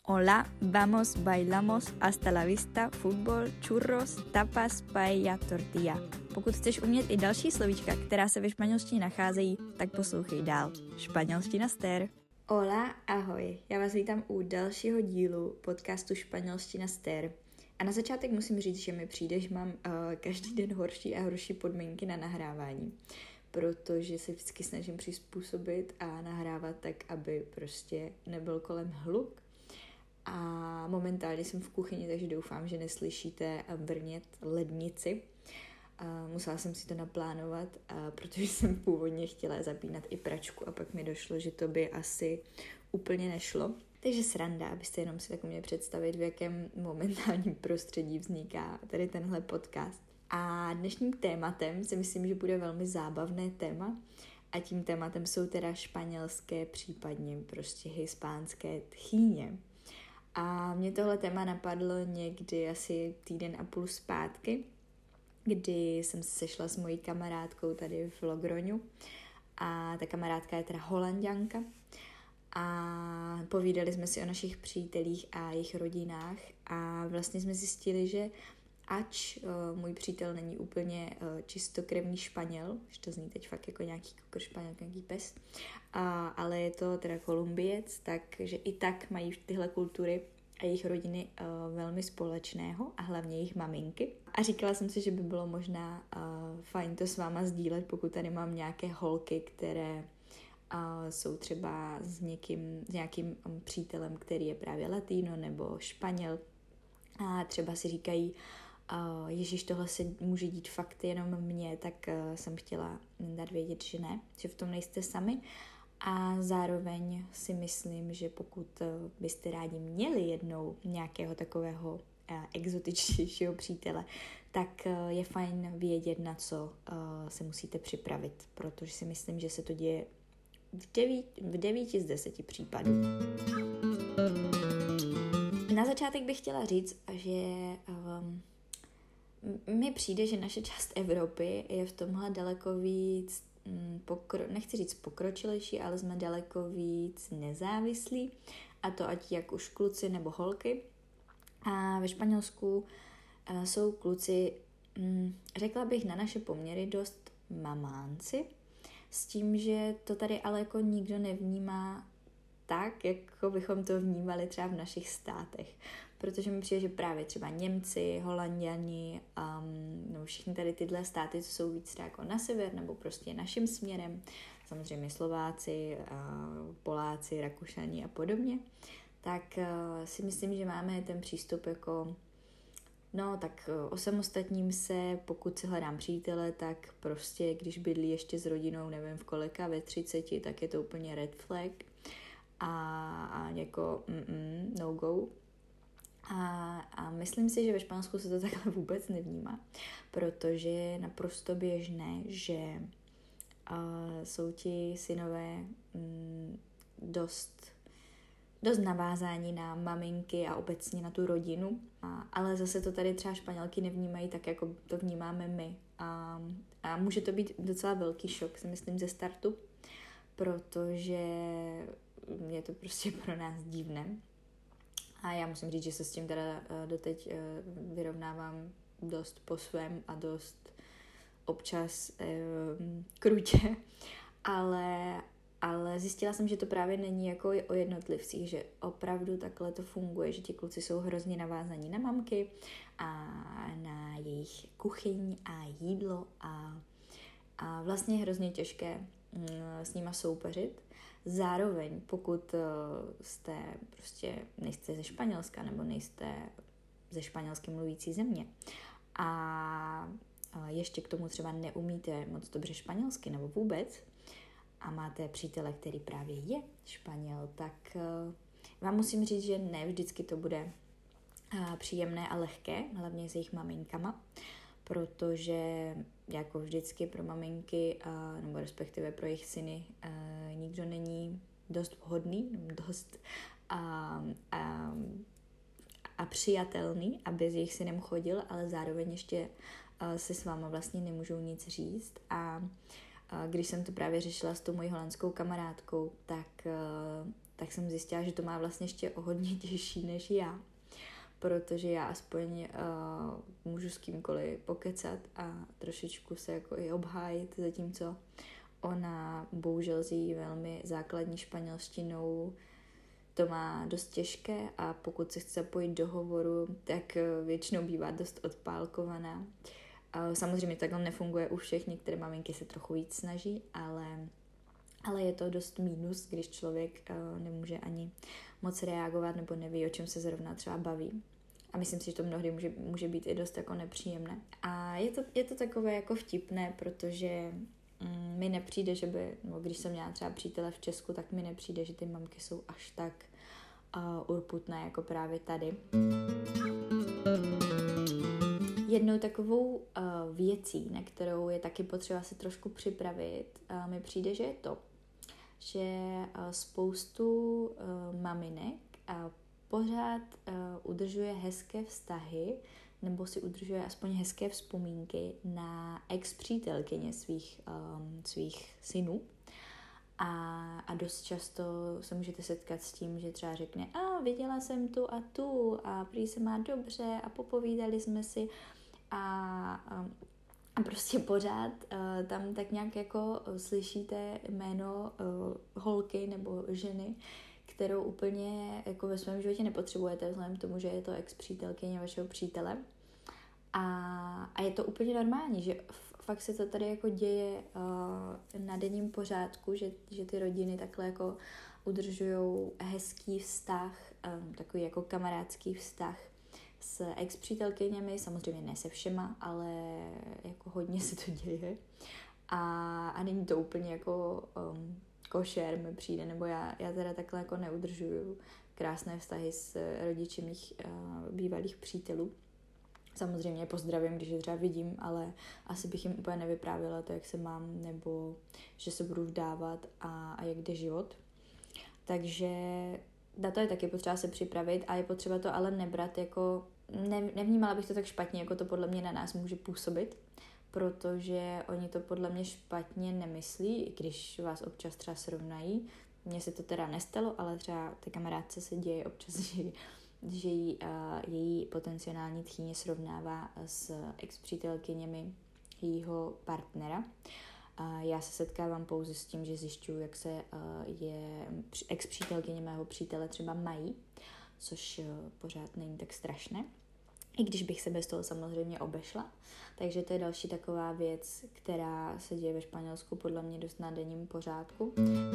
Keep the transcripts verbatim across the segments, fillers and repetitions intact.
Hola, vamos, bailamos, hasta la vista, fútbol, churros, tapas, paella, tortilla. Pokud chceš umět i další slovíčka, která se ve španělštině nacházejí, tak poslouchej dál. Španělština stér. Hola, ahoj, já vás vítám u dalšího dílu podcastu Španělština stér. A na začátek musím říct, že mi přijde, že mám uh, každý den horší a horší podmínky na nahrávání, protože se vždycky snažím přizpůsobit a nahrávat tak, aby prostě nebyl kolem hluk. A momentálně jsem v kuchyni, takže doufám, že neslyšíte vrnět lednici. A musela jsem si to naplánovat, a protože jsem původně chtěla zapínat i pračku a pak mi došlo, že to by asi úplně nešlo. Takže sranda, abyste jenom si tak měli představit, v jakém momentálním prostředí vzniká tady tenhle podcast. A dnešním tématem si myslím, že bude velmi zábavné téma. A tím tématem jsou teda španělské, případně prostě hispánské tchýně. A mě tohle téma napadlo někdy asi týden a půl zpátky, kdy jsem se sešla s mojí kamarádkou tady v Logroňu. A ta kamarádka je teda Holanďanka. A povídali jsme si o našich přítelích a jejich rodinách. A vlastně jsme zjistili, že ač uh, můj přítel není úplně uh, čistokrevný Španěl, že to zní teď fakt jako nějaký kokr Španěl, nějaký pes, uh, ale je to teda Kolumbiec, takže i tak mají tyhle kultury a jejich rodiny uh, velmi společného a hlavně jejich maminky. A říkala jsem si, že by bylo možná uh, fajn to s váma sdílet, pokud tady mám nějaké holky, které uh, jsou třeba s, někým, s nějakým um, přítelem, který je právě Latino nebo Španěl a třeba si říkají, Uh, Ježíš, tohle se může dít fakt jenom mně, tak uh, jsem chtěla dát vědět, že ne, že v tom nejste sami. A zároveň si myslím, že pokud uh, byste rádi měli jednou nějakého takového uh, exotičtějšího přítele, tak uh, je fajn vědět, na co uh, se musíte připravit, protože si myslím, že se to děje v, devíti, v devíti z deseti případů. Na začátek bych chtěla říct, že um, mně přijde, že naše část Evropy je v tomhle daleko víc, pokro, nechci říct pokročilejší, ale jsme daleko víc nezávislí, a to ať jak už kluci nebo holky. A ve Španělsku jsou kluci, řekla bych, na naše poměry dost mamánci, s tím, že to tady ale jako nikdo nevnímá tak, jako bychom to vnímali třeba v našich státech. Protože mi přijde, že právě třeba Němci, Holanďani, um, no všichni tady tyhle státy, co jsou víc jako na sever, nebo prostě naším směrem, samozřejmě Slováci, uh, Poláci, Rakušani a podobně, tak uh, si myslím, že máme ten přístup jako, no tak uh, osamostatním se, pokud si hledám přítele, tak prostě, když bydlí ještě s rodinou, nevím v kolika, ve třiceti, tak je to úplně red flag. A, a jako mm-mm, no go. A, a myslím si, že ve Španělsku se to takhle vůbec nevnímá, protože je naprosto běžné, že uh, jsou ti synové mm, dost, dost navázání na maminky a obecně na tu rodinu, a, ale zase to tady třeba Španělky nevnímají tak, jako to vnímáme my. A, a může to být docela velký šok, si myslím, ze startu, protože je to prostě pro nás divné. A já musím říct, že se s tím teda doteď vyrovnávám dost po svém a dost občas eh, krutě, ale, ale zjistila jsem, že to právě není jako o jednotlivcích, že opravdu takhle to funguje, že ti kluci jsou hrozně navázaní na mamky a na jejich kuchyň a jídlo a, a vlastně je hrozně těžké mm, s nima soupeřit. Zároveň, pokud jste prostě nejste ze Španělska nebo nejste ze španělsky mluvící země a ještě k tomu třeba neumíte moc dobře španělsky nebo vůbec a máte přítele, který právě je Španěl, tak vám musím říct, že ne vždycky to bude příjemné a lehké, hlavně s jejich maminkama, protože jako vždycky pro maminky, nebo respektive pro jejich syny, nikdo není dost vhodný, dost a, a, a přijatelný, aby s jejich synem chodil, ale zároveň ještě se s váma vlastně nemůžou nic říct. A, Když jsem to právě řešila s tou mojí holandskou kamarádkou, tak, tak jsem zjistila, že to má vlastně ještě o hodně těžší než já. Protože já aspoň uh, můžu s kýmkoliv pokecat a trošičku se jako i obhájit, zatímco ona bohužel s její velmi základní španělštinou to má dost těžké a pokud se chce zapojit do hovoru, tak většinou bývá dost odpálkovaná. Uh, samozřejmě takhle nefunguje u všech, některé maminky se trochu víc snaží, ale, ale je to dost mínus, když člověk uh, nemůže ani moc reagovat nebo neví, o čem se zrovna třeba baví. A myslím si, že to mnohdy může, může být i dost jako nepříjemné. A je to, je to takové jako vtipné, protože mm, mi nepřijde, že by, no, když jsem měla třeba přítele v Česku, tak mi nepřijde, že ty mamky jsou až tak uh, urputné jako právě tady. Jednou takovou uh, věcí, na kterou je taky potřeba se trošku připravit, uh, mi přijde, že je to, že uh, spoustu uh, maminek uh, pořád uh, udržuje hezké vztahy nebo si udržuje aspoň hezké vzpomínky na ex-přítelkyně svých, um, svých synů. A, a dost často se můžete setkat s tím, že třeba řekne, a viděla jsem tu a tu a prý se má dobře a popovídali jsme si a, a, a prostě pořád uh, tam tak nějak jako slyšíte jméno uh, holky nebo ženy, kterou úplně jako ve svém životě nepotřebujete, vzhledem k tomu, že je to ex-přítelkyně vašeho přítele. A, a je to úplně normální, že fakt se to tady jako děje uh, na denním pořádku, že, že ty rodiny takhle jako udržujou hezký vztah, um, takový jako kamarádský vztah s ex-přítelkyněmi, samozřejmě ne se všema, ale jako hodně se to děje. A, a není to úplně jako um, košer mi přijde, nebo já, já teda takhle jako neudržuju krásné vztahy s rodiči mých uh, bývalých přítelů. Samozřejmě pozdravím, když je třeba vidím, ale asi bych jim úplně nevyprávěla to, jak se mám, nebo že se budu vdávat a, a jak jde život. Takže na to je taky potřeba se připravit a je potřeba to ale nebrat jako, ne, nevnímala bych to tak špatně, jako to podle mě na nás může působit, protože oni to podle mě špatně nemyslí, i když vás občas třeba srovnají. Mně se to teda nestalo, ale třeba té kamarádce se děje občas, že že jí, uh, její potenciální tchýně srovnává s ex-přítelkyněmi jejího partnera. Uh, já se setkávám pouze s tím, že zjišťuju, jak se uh, je ex-přítelkyně mého přítele třeba mají, což uh, pořád není tak strašné. I když bych se bez toho samozřejmě obešla. Takže to je další taková věc, která se děje ve Španělsku podle mě dost na denním pořádku.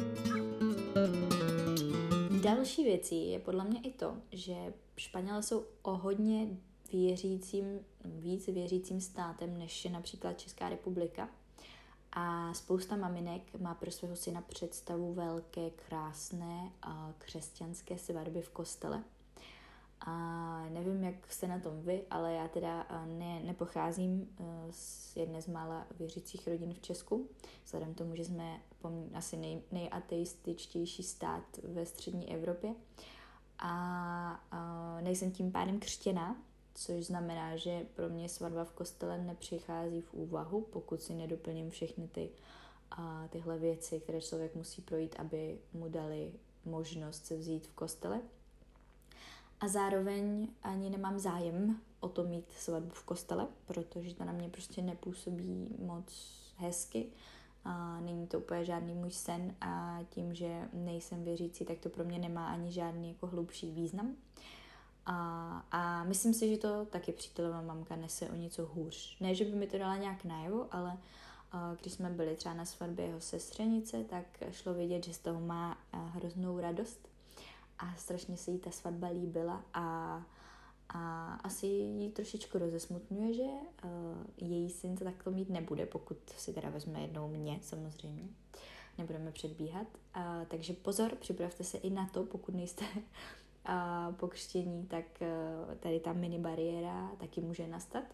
Další věcí je podle mě i to, že Španělé jsou o hodně věřícím, víc věřícím státem, než je například Česká republika. A spousta maminek má pro svého syna představu velké, krásné a křesťanské svatby v kostele. A nevím, jak jste na tom vy, ale já teda ne, nepocházím z jedné z mála věřících rodin v Česku, vzhledem k tomu, že jsme asi nej, nejateističtější stát ve střední Evropě. A, a nejsem tím pádem křtěná, což znamená, že pro mě svatba v kostele nepřichází v úvahu, pokud si nedoplním všechny ty, a, tyhle věci, které člověk musí projít, aby mu dali možnost se vzít v kostele. A zároveň ani nemám zájem o to mít svatbu v kostele, protože to na mě prostě nepůsobí moc hezky. A není to úplně žádný můj sen a tím, že nejsem věřící, tak to pro mě nemá ani žádný jako hlubší význam. A, a myslím si, že to taky přítelova mamka nese o něco hůř. Ne, že by mi to dala nějak najevo, ale a, když jsme byli třeba na svatbě jeho sestřenice, tak šlo vidět, že z toho má hroznou radost. A strašně se jí ta svatba líbila a, a asi jí trošičku rozesmutňuje, že uh, její syn to takto mít nebude, pokud si teda vezme jednou mě, samozřejmě. Nebudeme předbíhat. Uh, takže pozor, připravte se i na to, pokud nejste uh, pokřtění, tak uh, tady ta mini bariéra taky může nastat.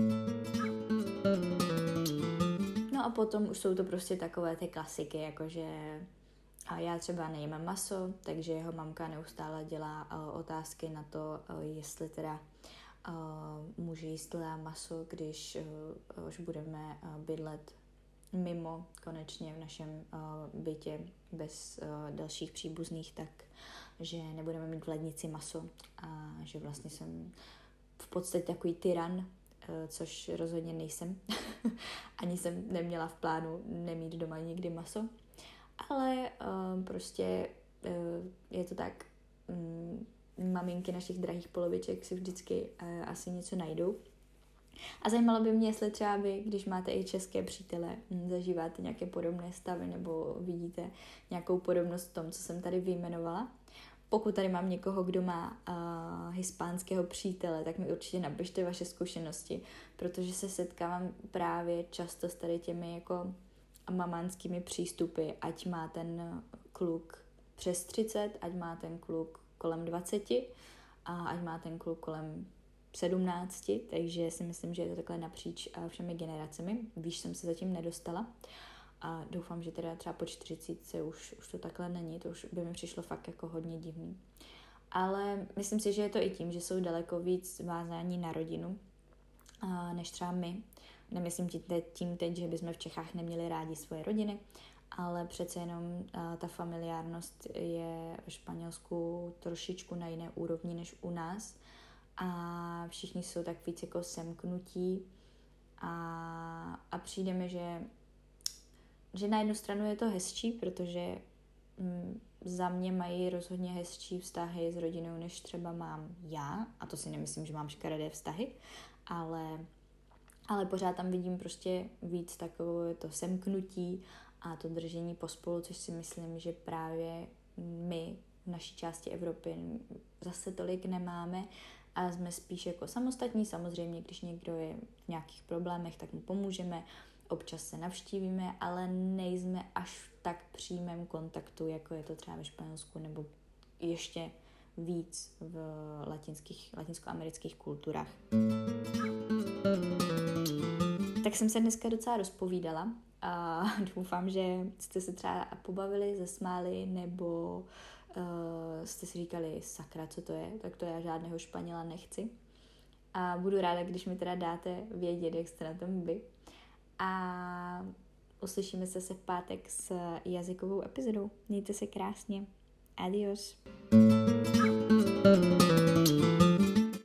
No a potom už jsou to prostě takové ty klasiky, jakože a já třeba nejím maso, takže jeho mamka neustále dělá uh, otázky na to, uh, jestli teda uh, může jíst maso, když uh, už budeme uh, bydlet mimo konečně v našem uh, bytě bez uh, dalších příbuzných, tak že nebudeme mít v lednici maso a že vlastně jsem v podstatě takový tyran, uh, což rozhodně nejsem. Ani jsem neměla v plánu nemít doma nikdy maso. Ale uh, prostě uh, je to tak, um, maminky našich drahých poloviček si vždycky uh, asi něco najdou. A zajímalo by mě, jestli třeba vy, když máte i české přítele, zažíváte nějaké podobné stavy nebo vidíte nějakou podobnost v tom, co jsem tady vyjmenovala. Pokud tady mám někoho, kdo má uh, hispánského přítele, tak mi určitě napište vaše zkušenosti, protože se setkávám právě často s tady těmi jako mamánskými přístupy, ať má ten kluk přes třicet, ať má ten kluk kolem dvaceti a ať má ten kluk kolem sedmnácti, takže si myslím, že je to takhle napříč všemi generacemi. Víš, jsem se zatím nedostala a doufám, že teda třeba po čtyřicítce už, už to takhle není, to už by mi přišlo fakt jako hodně divný. Ale myslím si, že je to i tím, že jsou daleko víc vázání na rodinu, než třeba my. Nemyslím tím teď, že bychom v Čechách neměli rádi svoje rodiny, ale přece jenom ta familiárnost je v Španělsku trošičku na jiné úrovni než u nás a všichni jsou tak víc jako semknutí a, a přijde mi, že, že na jednu stranu je to hezčí, protože mm, za mě mají rozhodně hezčí vztahy s rodinou, než třeba mám já, a to si nemyslím, že mám škaredé vztahy, ale ale pořád tam vidím prostě víc takové to semknutí a to držení pospolu, což si myslím, že právě my v naší části Evropy zase tolik nemáme a jsme spíš jako samostatní. Samozřejmě, když někdo je v nějakých problémech, tak mu pomůžeme, občas se navštívíme, ale nejsme až v tak přímém kontaktu, jako je to třeba ve Španělsku nebo ještě víc v latinských, latinskoamerických kulturách. Tak jsem se dneska docela rozpovídala a doufám, že jste se třeba pobavili, zasmáli nebo uh, jste si říkali, sakra, co to je, tak to já žádného Španěla nechci. A budu ráda, když mi teda dáte vědět, jak jste na tom vy. A uslyšíme se se v pátek s jazykovou epizodou. Mějte se krásně. Adios.